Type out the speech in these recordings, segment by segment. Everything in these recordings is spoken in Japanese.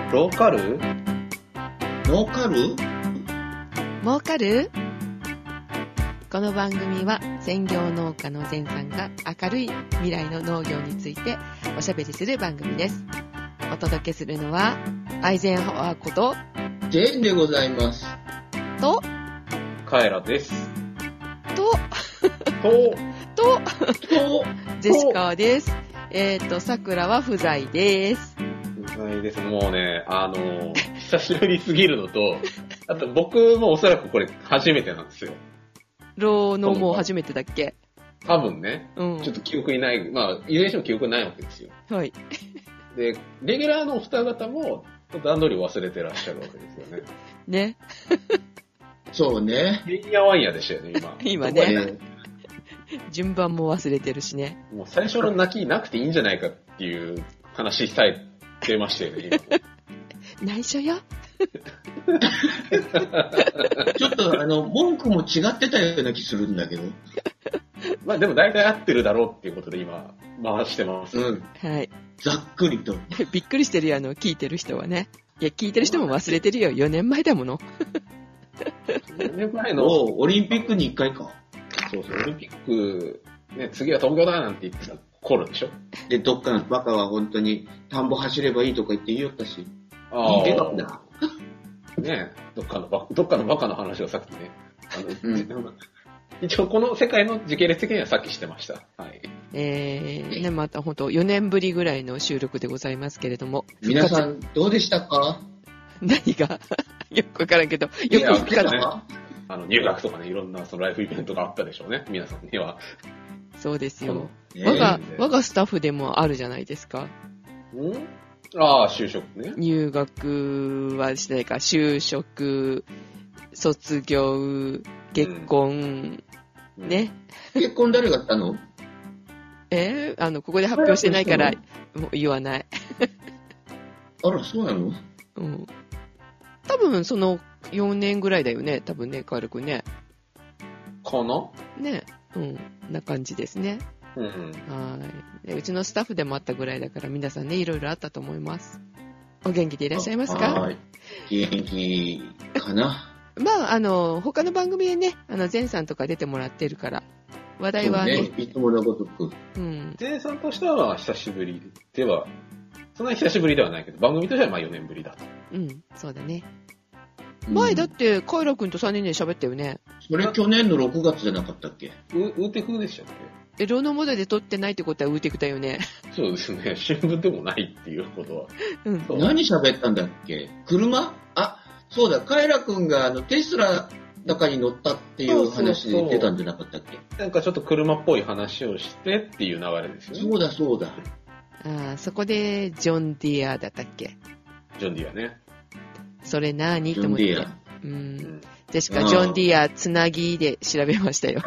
ローカル？ ノーカル？ 儲かる？この番組は専業農家の前さんが明るい未来の農業についておしゃべりする番組です。お届けするのはアイゼンハワーことジェーンでございます。 とカエラです。 とジェシカです。さくらは不在です。 不在です。もうね、久しぶりすぎるのと、あと僕もおそらくこれ初めてなんですよ。 ローのもう初めてだっけ？ 多分ね、 うん。 ちょっと記憶にない、まあ、いずれにしても記憶ないわけですよ。 はい。 で、レギュラーのお二方も、段取り忘れてらっしゃるわけですよね。 ね。 そうね。 てんやわんやでしたよね、今。 今ね。順番も忘れてるしね。 もう最初の泣きなくていいんじゃないかっていう話さえ出ましたよね、 今。内緒よ。 ちょっと文句も違ってたような気するんだけど。 まあでも大体合ってるだろうっていうことで今回してます。 うん。 はい。 ざっくりと。 びっくりしてるよ、聞いてる人はね。いや、聞いてる人も忘れてるよ。4年前だもの。 4年前の。 オリンピックに1回か。 そうそう、オリンピック、ね、次は東京だなんて言ってた頃でしょ。 で、どっかのバカは本当に田んぼ走ればいいとか言って言いよったし。いいけどな。 ね、どっかのバカの話をさっきね。 うん一応この世界の時系列的にはさっきしてました。はい。 ね、また本当4年ぶりぐらいの収録でございますけれども。 皆さんどうでしたか？ 何がよくわからんけど、よく復活。 入学とかね、いろんなそのライフイベントがあったでしょうね、皆さんには。 そうですよ。 我がスタッフでもあるじゃないですか。 ああ、就職ね。 入学はしてないか、就職、卒業、結婚、ね。 結婚誰がしたの？ ここで発表してないから、もう言わない。 あら、そうなの？ うん。多分その4年ぐらいだよね、多分ね、カール君ね。 かな？ ね、な感じですね。 はい。 うちのスタッフでもあったぐらいだから皆さんね、いろいろあったと思います。お元気でいらっしゃいますか？ はい。元気かな。 まあ、他の番組でね、前さんとか出てもらってるから、話題はね。 いつものごとく。 前さんとしては久しぶりでは、そんなに久しぶりではないけど、番組としてはまあ4年ぶりだと。 そうだね。前だって、カイラ君と3人で喋ったよね。 それ去年の6月じゃなかったっけ？ ウーテクでしたっけ？ ローノモデルで撮ってないってことはウーテクだよね。 そうですね。新聞でもないっていうことは。 何喋ったんだっけ？車？そうだ、カエラ君がテスラ中に乗ったっていう話で出たんじゃなかったっけ？ なんかちょっと車っぽい話をしてっていう流れですよね。 そうだ。 そこでジョン・ディアだったっけ？ ジョン・ディアね。 それ何と思って。 ジョン・ディア。確かジョン・ディアつなぎで調べましたよ。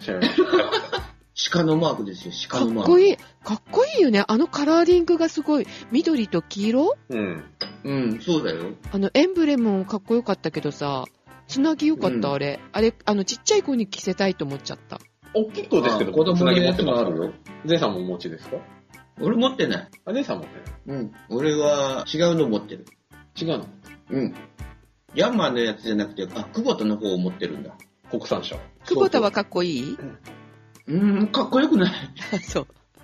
鹿のマークですよ、鹿のマーク。 かっこいいよね。カラーリングがすごい。緑と黄色？ そうだよ。 エンブレムもかっこよかったけどさ、つなぎよかった、あれ。ちっちゃい子に着せたいと思っちゃった。 大きい子ですけど、 子供のやつもあるよ。 ゼイさんもお持ちですか？ 俺持ってない。 ゼイさん持ってない？ 俺は違うの持ってる。 違うの？ ヤンマーのやつじゃなくて、クボタの方を持ってるんだ。 国産車。 クボタはかっこいい？ かっこよくない。 そう。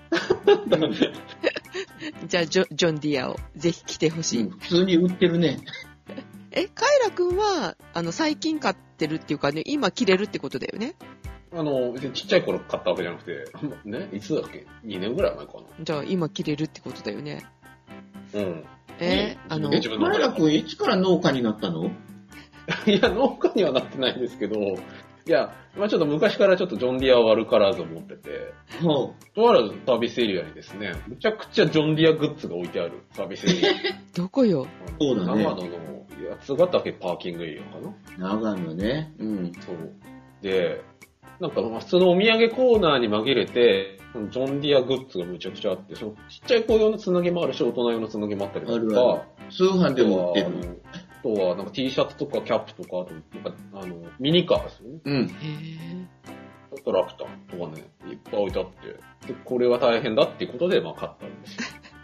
じゃあジョン・ディアをぜひ着てほしい。 普通に売ってるね。 カエラ君は最近買ってるっていうかね、今着れるってことだよね。 別にちっちゃい頃買ったわけじゃなくて、ね、いつだっけ？ 2 年ぐらい前かな。 じゃあ今着れるってことだよね。カエラ君いつから農家になったの？ いや、農家にはなってないんですけど、いや、まあちょっと昔からちょっとジョンディア悪からずを持ってて、とあるサービスエリアにですね、むちゃくちゃジョンディアグッズが置いてあるサービスエリア。 どこよ？ そうだね。 長野の八ヶ岳パーキングエリアかな。 長野ね。 そう。で、なんか普通のお土産コーナーに紛れて、ジョンディアグッズがむちゃくちゃあって、そのちっちゃい子用のつなぎもあるし、大人用のつなぎもあったりとか。 通販でも売ってる。 あとは、なんか T シャツとかキャップとか、あと、なんか、ミニカーですよね。トラクターとかね、いっぱい置いてあって、で、これは大変だっていうことで、まあ買ったんですよ。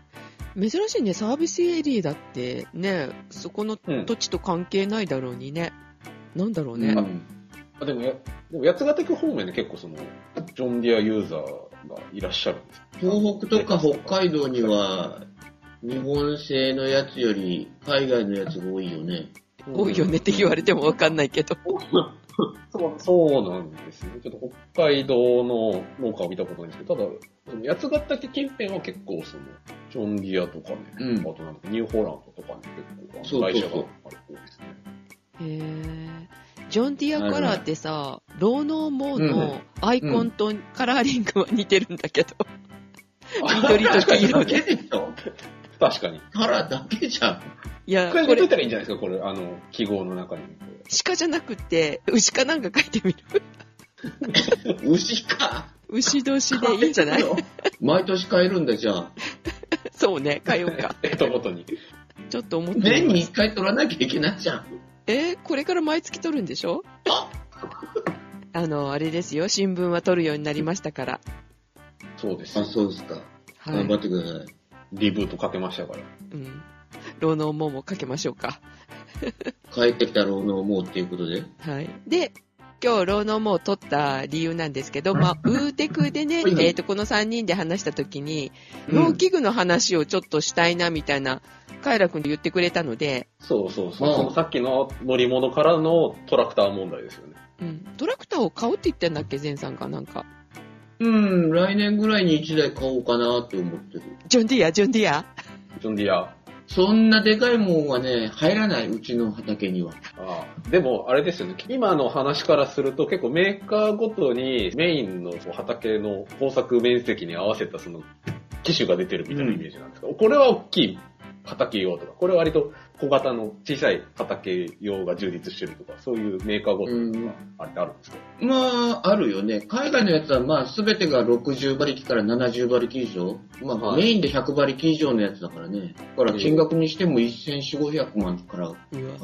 珍しいね、サービスエリアだってね、そこの土地と関係ないだろうにね。なんだろうね。 でも八ヶ岳方面で結構その、ジョンディアユーザーがいらっしゃるんです。 東北とか北海道には、日本製のやつより海外のやつが多いよね。 多いよねって言われてもわかんないけど。 そうなんですね。ちょっと北海道の農家を見たことないんですけど、ただ、八ヶ岳近辺は結構その、ジョンディアとかね、あとなんかニューホランドとかね、結構会社がある方ですね。 ジョンディアカラーってさ、ローノーモーのアイコンとカラーリングは似てるんだけど。緑と黄色で。 確かに。 カラーだけじゃん。 いや、 これ入れといたらいいんじゃないですか、これ、記号の中に。 鹿じゃなくて、牛かなんか書いてみる。 牛か。 牛年でいいんじゃない？ 毎年変えるんだじゃあ。 そうね、変えようか。 ごとに。 ちょっと思ってみます。 年に1回取らなきゃいけないじゃん。 これから毎月取るんでしょ？あれですよ、新聞は取るようになりましたから。 そうです。 あ、そうですか。はい、頑張ってください。 リブートかけましたから。 うん。ローノーモーもかけましょうか。 帰ってきたローノーモーっていうことで。 はい。で、今日ローノーモー取った理由なんですけど、ウーテクでね、この3人で話した時に、農機具の話をちょっとしたいなみたいな、カイラ君で言ってくれたので。 そう。そのさっきの乗り物からのトラクター問題ですよね。 うん。トラクターを買うって言ってんだっけ、ゼンさんかなんか。 来年ぐらいに1台買おうかなって思ってる。 ジョンディア。 そんなでかいもんはね、入らない、うちの畑には。 でも、あれですよね。今の話からすると結構メーカーごとにメインの畑の耕作面積に合わせたその機種が出てるみたいなイメージなんですけど、これは大きい畑用とか、これは割と小型の小さい畑用が充実してるとか、そういうメーカーごとにはあるんですか？ あるよね。海外のやつは全てが60馬力から70馬力以上。メインで100馬力以上のやつだからね。だから金額にしても1400、500万からあるから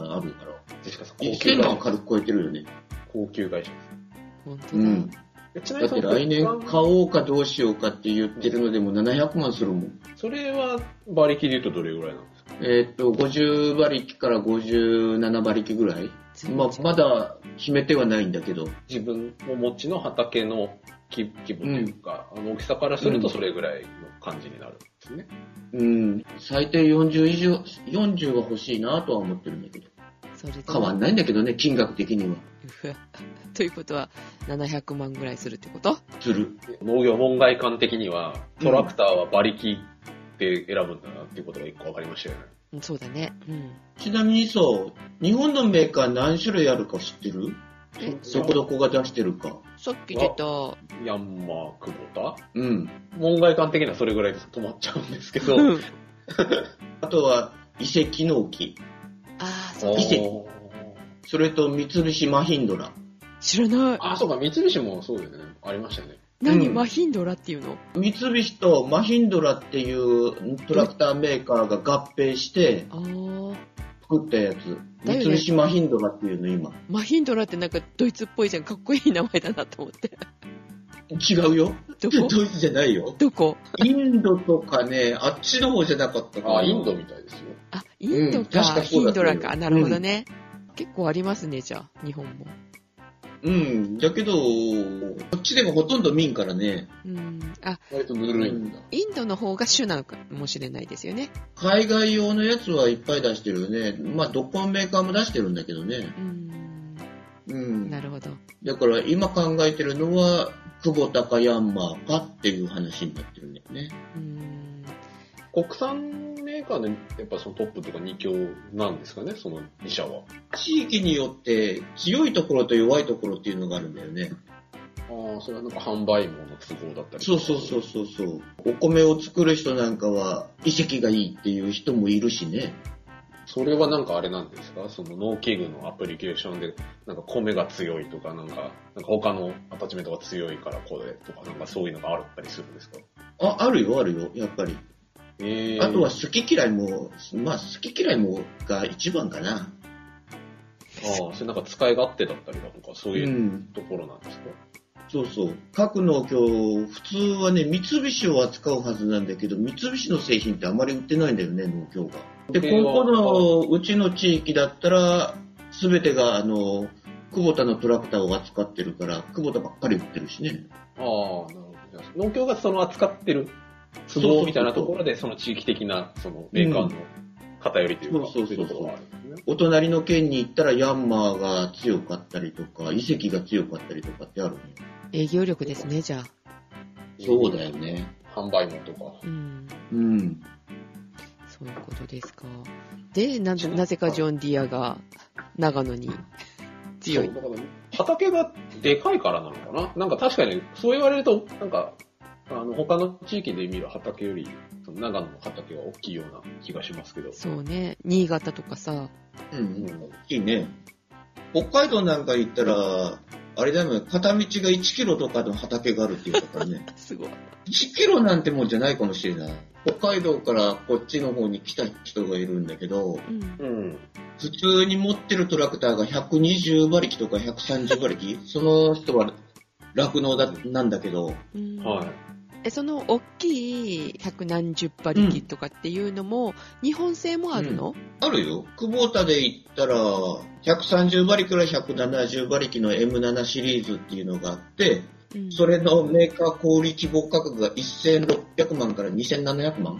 。1000万は軽く超えてるよね。 高級会社です。 本当だ。 だって来年買おうかどうしようかって言ってるのでも700万するもん。 それは馬力で言うとどれぐらいなんですか ？50馬力から57馬力ぐらい。まだ決めてはないんだけど。 自分お持ちの畑の規模というか、大きさからするとそれぐらいの感じになるんですね。 最低40は欲しいなとは思ってるんだけど。変わんないんだけどね、金額的には。 ということは、700万ぐらいするってこと？ する。 農業門外観的には、トラクターは馬力で選ぶんだなっていうことが一個分かりましたよね。 そうだね。 ちなみに日本のメーカー何種類あるか知ってる？どこが出してるか。 さっき出たヤンマー、クボタ？門外観的にはそれぐらいで止まっちゃうんですけど。 あとは、遺跡農機。 そう遺跡。それと、三菱マヒンドラ。 知らない。 そうか、三菱もそうですね。ありましたね。 何、マヒンドラっていうの？ 三菱とマヒンドラっていうトラクターメーカーが合併して作ったやつ。三菱マヒンドラっていうの今。 マヒンドラってなんかドイツっぽいじゃん。かっこいい名前だなと思って。 違うよ。どこ？ドイツじゃないよ。 どこ？ インドとかね、あっちの方じゃなかったかな。 インドみたいですよ。 インドか。ヒンドラか。なるほどね。結構ありますね、じゃあ、日本も。 だけど、こっちでもほとんど民からね。 割とぬるいんだ。 インドの方が主なのかもしれないですよね。 海外用のやつはいっぱい出してるよね。どこのメーカーも出してるんだけどね。 なるほど。 だから今考えてるのは、久保田かヤンマーかっていう話になってるんだよね。 国産メーカーでやっぱそのトップとか2強なんですかね、その2社は。 地域によって強いところと弱いところっていうのがあるんだよね。 それはなんか販売網の都合だったり。 そう。お米を作る人なんかは遺跡がいいっていう人もいるしね。 それはなんかあれなんですか？その農機具のアプリケーションでなんか米が強いとかなんか他のアタッチメントが強いからこれとかなんかそういうのがあったりするんですか？ あるよ、やっぱり。あとは好き嫌いもが一番かな。 それなんか使い勝手だったりだとかそういうところなんですか？ そうそう。各農協、普通はね、三菱を扱うはずなんだけど、三菱の製品ってあまり売ってないんだよね、農協が。で、ここのうちの地域だったら、すべてが久保田のトラクターを扱ってるから、久保田ばっかり売ってるしね。 ああ、なるほど。農協がその扱ってる都合みたいなところで、その地域的な、そのメーカーの偏りというか、そういうところがあるんですね。 お隣の県に行ったらヤンマーが強かったりとか、遺跡が強かったりとかってあるのよ。 営業力ですね、じゃあ。 そうだよね。 販売網とか。 うん。 うん。 そういうことですか。で、なぜかジョン・ディアが長野に強い。 だから畑がでかいからなのかな。なんか確かにそう言われると、なんか他の地域で見る畑より長野の畑が大きいような気がしますけど。 そうね。新潟とかさ。 うん、大きいね。北海道なんか行ったら、あれだよね、片道が1キロとかの畑があるっていうからね。 すごい。 1キロなんてもんじゃないかもしれない。北海道からこっちの方に来た人がいるんだけど、 うん、 普通に持ってるトラクターが120馬力とか130馬力その人は酪農なんだけど、 うん、 はい。 その大きい百何十馬力とかっていうのも、日本製もあるの？ あるよ。久保田で言ったら、130馬力から170馬力の M7 シリーズっていうのがあって、それのメーカー小売希望価格が1600万から2700万。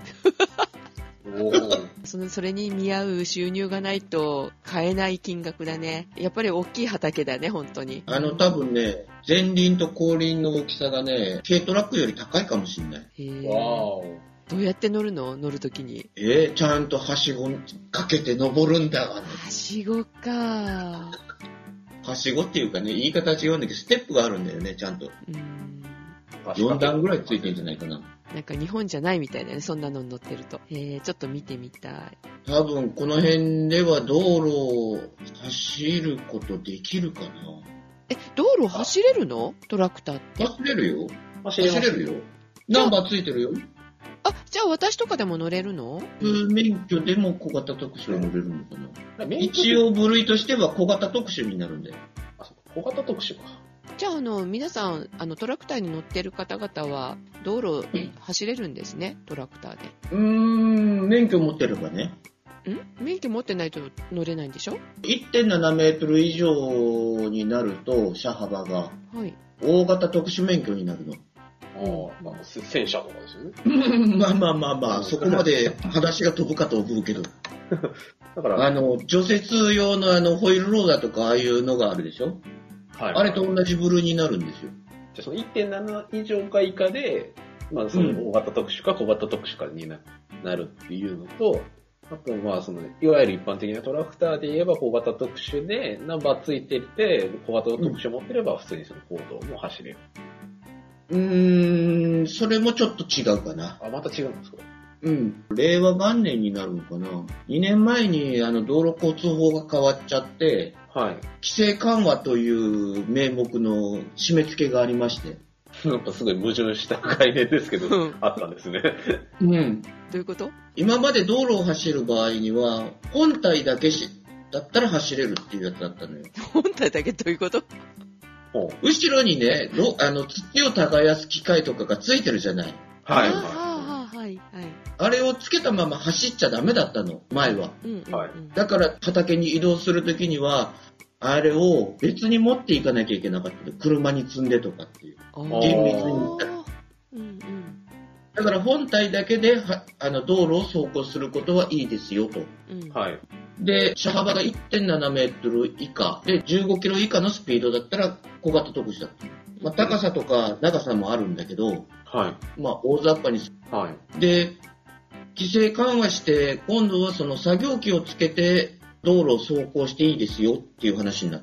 それに見合う収入がないと買えない金額だね。やっぱり大きい畑だね、本当に。 多分ね、前輪と後輪の大きさがね、軽トラックより高いかもしれない。 わー。 どうやって乗るの？乗るときに。 ちゃんとはしごかけて登るんだわね。 はしごか。 はしごっていうかね、言い方は違うんだけど、ステップがあるんだよね、ちゃんと。4段ぐらいついてるんじゃないかな。 なんか日本じゃないみたいだね、そんなの乗ってると。ちょっと見てみたい。 多分この辺では道路を走ることできるかな。 道路走れるの？トラクターって。 走れるよ。走れるよ。ナンバーついてるよ。 じゃあ私とかでも乗れるの？ 免許でも小型特殊は乗れるのかな。一応部類としては小型特殊になるんだよ。 小型特殊か。 じゃあ皆さんトラクターに乗ってる方々は道路走れるんですね、トラクターで。 免許持ってればね。 免許持ってないと乗れないんでしょ？ 1.7 メートル以上になると車幅が、 はい、 大型特殊免許になるの。 戦車とかですよね。 まあ、そこまで話が飛ぶかと思うけど。 だから除雪用のホイールローダーとかああいうのがあるでしょ？はい、あれと同じ部類になるんですよ。 じゃあその 1.7 以上か以下で、その大型特殊か小型特殊かになるっていうのと、あといわゆる一般的なトラクターで言えば小型特殊でナンバーついてて、小型特殊持ってれば普通にその公道も走れる。 それもちょっと違うかな。 また違うんですか？ 令和元年になるのかな。2年前に道路交通法が変わっちゃって、はい、規制緩和という名目の締め付けがありまして。 なんかすごい矛盾した概念ですけど、あったんですね。 どういうこと？ 今まで道路を走る場合には、本体だけだったら走れるっていうやつだったのよ。 本体だけどういうこと？ 後ろにね、土を耕す機械とかがついてるじゃない。 はい。 あれをつけたまま走っちゃダメだったの、前は。だから畑に移動するときには、あれを別に持っていかなきゃいけなかった。車に積んでとかっていう。厳密に。だから本体だけで道路を走行することはいいですよと。で、車幅が 1.7 メートル以下で15キロ以下のスピードだったら小型特殊だった。高さとか長さもあるんだけど、大雑把に。で、規制緩和して、今度はその作業機をつけて道路を走行していいですよっていう話になった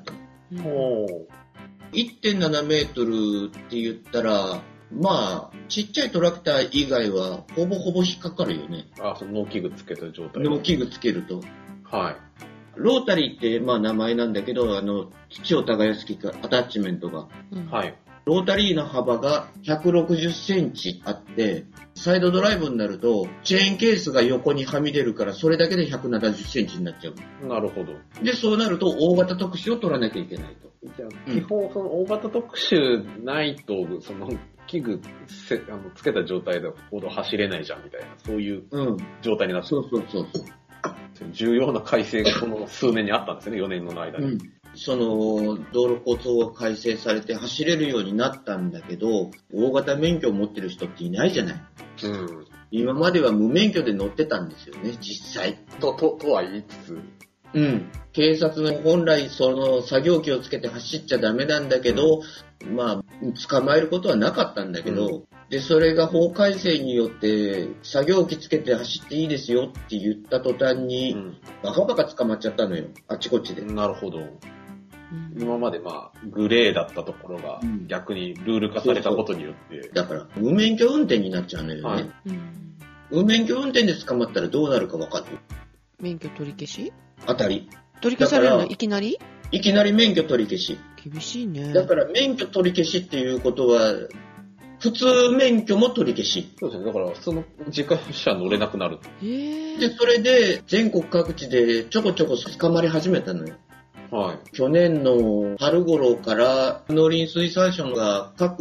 。1.7 メートルって言ったら、ちっちゃいトラクター以外はほぼほぼ引っかかるよね。 その農機具つけた状態。 農機具つけると。ロータリーって名前なんだけど、土を耕す機械、アタッチメントが。 ロータリーの幅が160センチあって、サイドドライブになると、チェーンケースが横にはみ出るから、それだけで170センチになっちゃう。 なるほど。 で、そうなると、大型特殊を取らなきゃいけないと。 じゃあ、基本、その大型特殊ないと、その、器具つけた状態でほど走れないじゃんみたいな、そういう状態になってる。 そう。 重要な改正がこの数年にあったんですね、4年の間に。 その、道路交通法が改正されて走れるようになったんだけど、大型免許を持ってる人っていないじゃない。今までは無免許で乗ってたんですよね、実際。 とは言いつつ。 警察が本来その作業機をつけて走っちゃダメなんだけど、まあ、捕まえることはなかったんだけど、で、それが法改正によって、作業機つけて走っていいですよって言った途端に、バカバカ捕まっちゃったのよ、あちこちで。 なるほど。今までまあ、グレーだったところが、逆にルール化されたことによって。 だから、無免許運転になっちゃうのよね。無免許運転で捕まったらどうなるか分かる？ 免許取り消し？ 当たり。 取り消されるのいきなり？ いきなり免許取り消し。 厳しいね。 だから免許取り消しっていうことは、普通免許も取り消し。 そうですね。だから、その自家車乗れなくなる。 で、それで全国各地でちょこちょこ捕まり始めたのよ。去年の春頃から農林水産省が各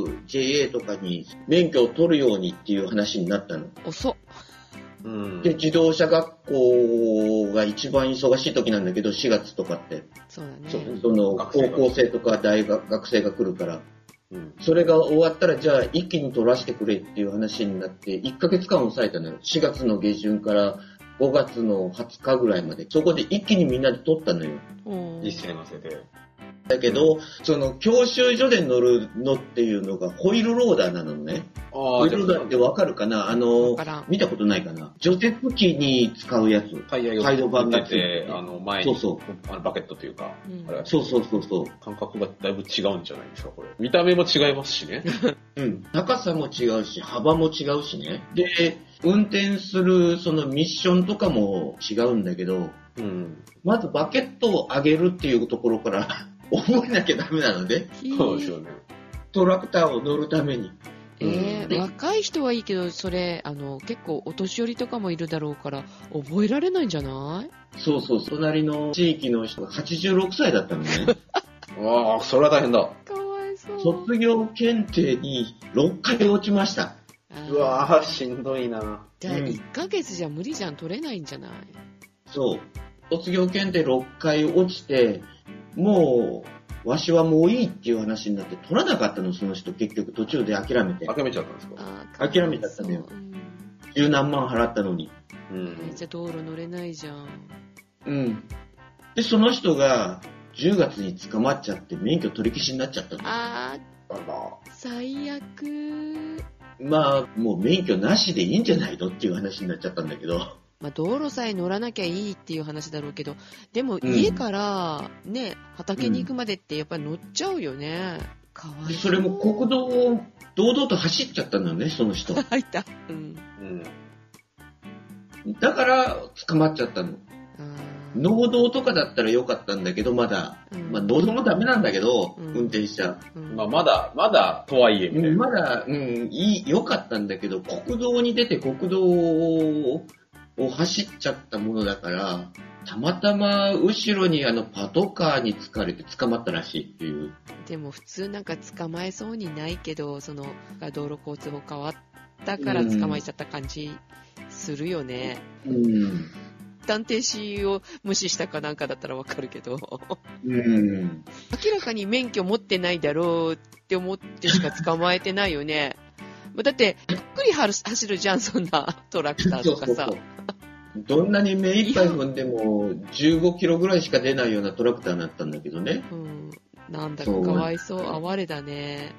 JA とかに免許を取るようにっていう話になったの。 遅っ。 で、自動車学校が一番忙しい時なんだけど、4月とかって。 そうだね。 その、高校生とか学生が来るから。それが終わったら、じゃあ一気に取らせてくれっていう話になって、1ヶ月間抑えたのよ。4月の下旬から5月の20日ぐらいまで。そこで一気にみんなで取ったのよ。 一斉乗せて。 だけど、その教習所で乗るのっていうのがホイールローダーなのね。ホイールローダーってわかるかな？見たことないかな？除雪機に使うやつ。 タイヤが出て、前に、バケットというか、 そう。 感覚がだいぶ違うんじゃないですか、これ。見た目も違いますしね。 高さも違うし、幅も違うしね。で、運転するそのミッションとかも違うんだけど、まずバケットを上げるっていうところから覚えなきゃダメなので。 そうですよね。 トラクターを乗るために。 若い人はいいけど、それ、結構お年寄りとかもいるだろうから、覚えられないんじゃない？ そう。隣の地域の人が86歳だったのね。 わあ、それは大変だ。 かわいそう。 卒業検定に6回落ちました。 うわぁ、しんどいな。 じゃあ、1ヶ月じゃ無理じゃん、取れないんじゃない？ そう。卒業検定6回落ちて、もう、わしはもういいっていう話になって取らなかったの、その人。結局途中で諦めて。 諦めちゃったんですか？ 諦めちゃったのよ。10何万払ったのに。 じゃあ道路乗れないじゃん。で、その人が10月に捕まっちゃって免許取り消しになっちゃったの。 最悪。 まあ、もう免許なしでいいんじゃないのっていう話になっちゃったんだけど。 まあ、道路さえ乗らなきゃいいっていう話だろうけど、でも家からね、畑に行くまでってやっぱり乗っちゃうよね。かわいそう。 それも国道を堂々と走っちゃったんだよね、その人。 入った。 だから捕まっちゃったの。農道とかだったらよかったんだけど、まだ。まあ、農道もダメなんだけど、運転しちゃう。 まあ、まだ、とはいえ、みたいな。 まだ、良かったんだけど、国道に出て国道を走っちゃったものだから、たまたま後ろにパトカーに疲れて捕まったらしいっていう。 でも普通なんか捕まえそうにないけど、その道路交通法変わったから捕まえちゃった感じするよね。探偵士を無視したかなんかだったらわかるけど、明らかに免許持ってないだろうって思ってしか捕まえてないよね。だってゆっくり走るじゃん、そんなトラクターとかさ。 そうどんなに目いっぱい踏んでも15キロぐらいしか出ないようなトラクターになったんだけどね。 なんだかかわいそう、哀れだね。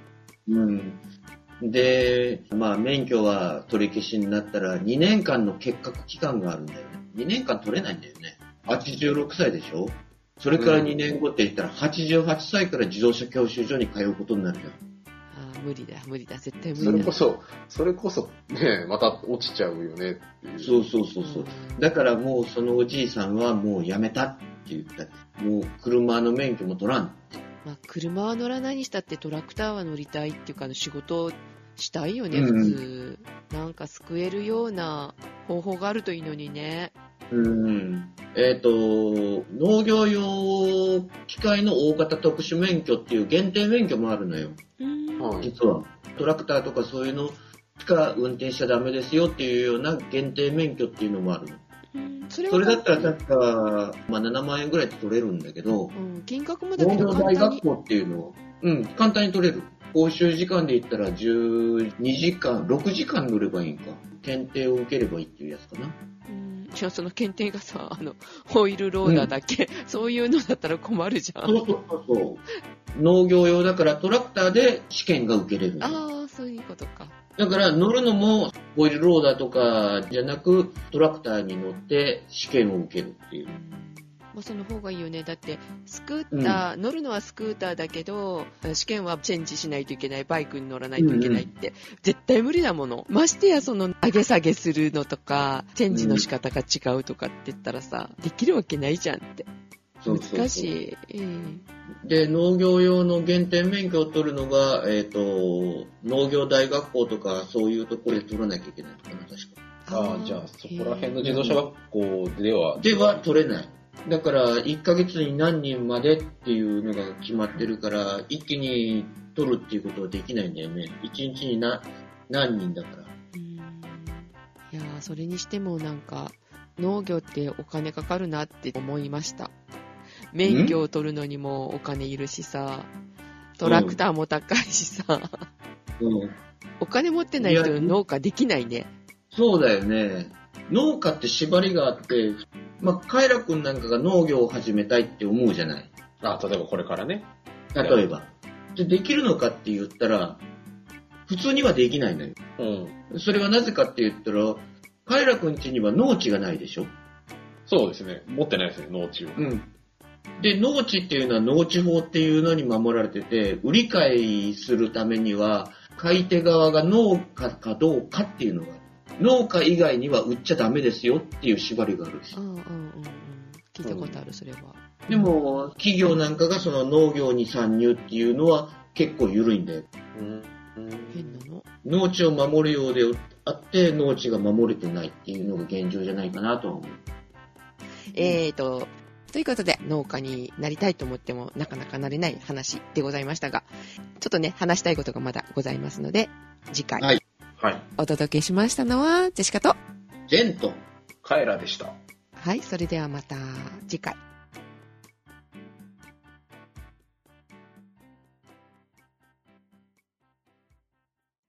で、まあ免許は取り消しになったら2年間の欠格期間があるんだよね。2年間取れないんだよね。86歳でしょ？それから2年後って言ったら88歳から自動車教習所に通うことになるじゃん。 無理だ、絶対無理だ。 それこそ、ね、また落ちちゃうよねっていう。 そう。だからもうそのおじいさんはもうやめたって言った。もう車の免許も取らんってまあ、車は乗らないにしたってトラクターは乗りたいっていうか、仕事したいよね、普通。なんか救えるような方法があるといいのにね。 農業用機械の大型特殊免許っていう限定免許もあるのよ。実は。トラクターとかそういうのしか運転しちゃダメですよっていうような限定免許っていうのもあるの。それだったら確か、7万円ぐらいで取れるんだけど、 金額もだけど農業大学校っていうのを、簡単に取れる。講習時間で言ったら12時間、6時間乗ればいいんか。検定を受ければいいっていうやつかな。 じゃあその検定がさ、ホイールローダーだっけ、そういうのだったら困るじゃん。 そう。農業用だからトラクターで試験が受けれる。 ああ、そういうことか。 だから乗るのもホイールローダーとかじゃなくトラクターに乗って試験を受けるっていう。 まあ、その方がいいよね。だってスクーター、乗るのはスクーターだけど試験はチェンジしないといけない、バイクに乗らないといけないって、絶対無理だもの。ましてやその上げ下げするのとかチェンジの仕方が違うとかって言ったらさ、できるわけないじゃんって。難しい。 で、農業用の限定免許を取るのが、農業大学校とかそういうところで取らなきゃいけないのかな、確か。 じゃあそこら辺の自動車学校では取れない。だから1ヶ月に何人までっていうのが決まってるから、一気に取るっていうことはできないんだよね。1日に何人だから。 いやー、それにしてもなんか農業ってお金かかるなって思いました。免許を取るのにもお金いるしさ、トラクターも高いしさ、お金持ってないと農家できないね。 そうだよね。農家って縛りがあって、カイラ君なんかが農業を始めたいって思うじゃない。 例えばこれからね。 例えば。できるのかって言ったら、普通にはできないのよ。それはなぜかって言ったら、カイラ君家には農地がないでしょ。 そうですね。持ってないですね、農地を。 で、農地っていうのは農地法っていうのに守られてて、売り買いするためには、買い手側が農家かどうかっていうのが、農家以外には売っちゃダメですよっていう縛りがあるし。 聞いたことある、それは。 でも、企業なんかがその農業に参入っていうのは結構緩いんだよ。 変なの？ 農地を守るようであって、農地が守れてないっていうのが現状じゃないかなとは思う。 ということで、農家になりたいと思ってもなかなかなれない話でございましたが、ちょっとね、話したいことがまだございますので、次回、お届けしましたのは、ジェシカと、 ジェンと、 カエラでした。 はい、それではまた次回。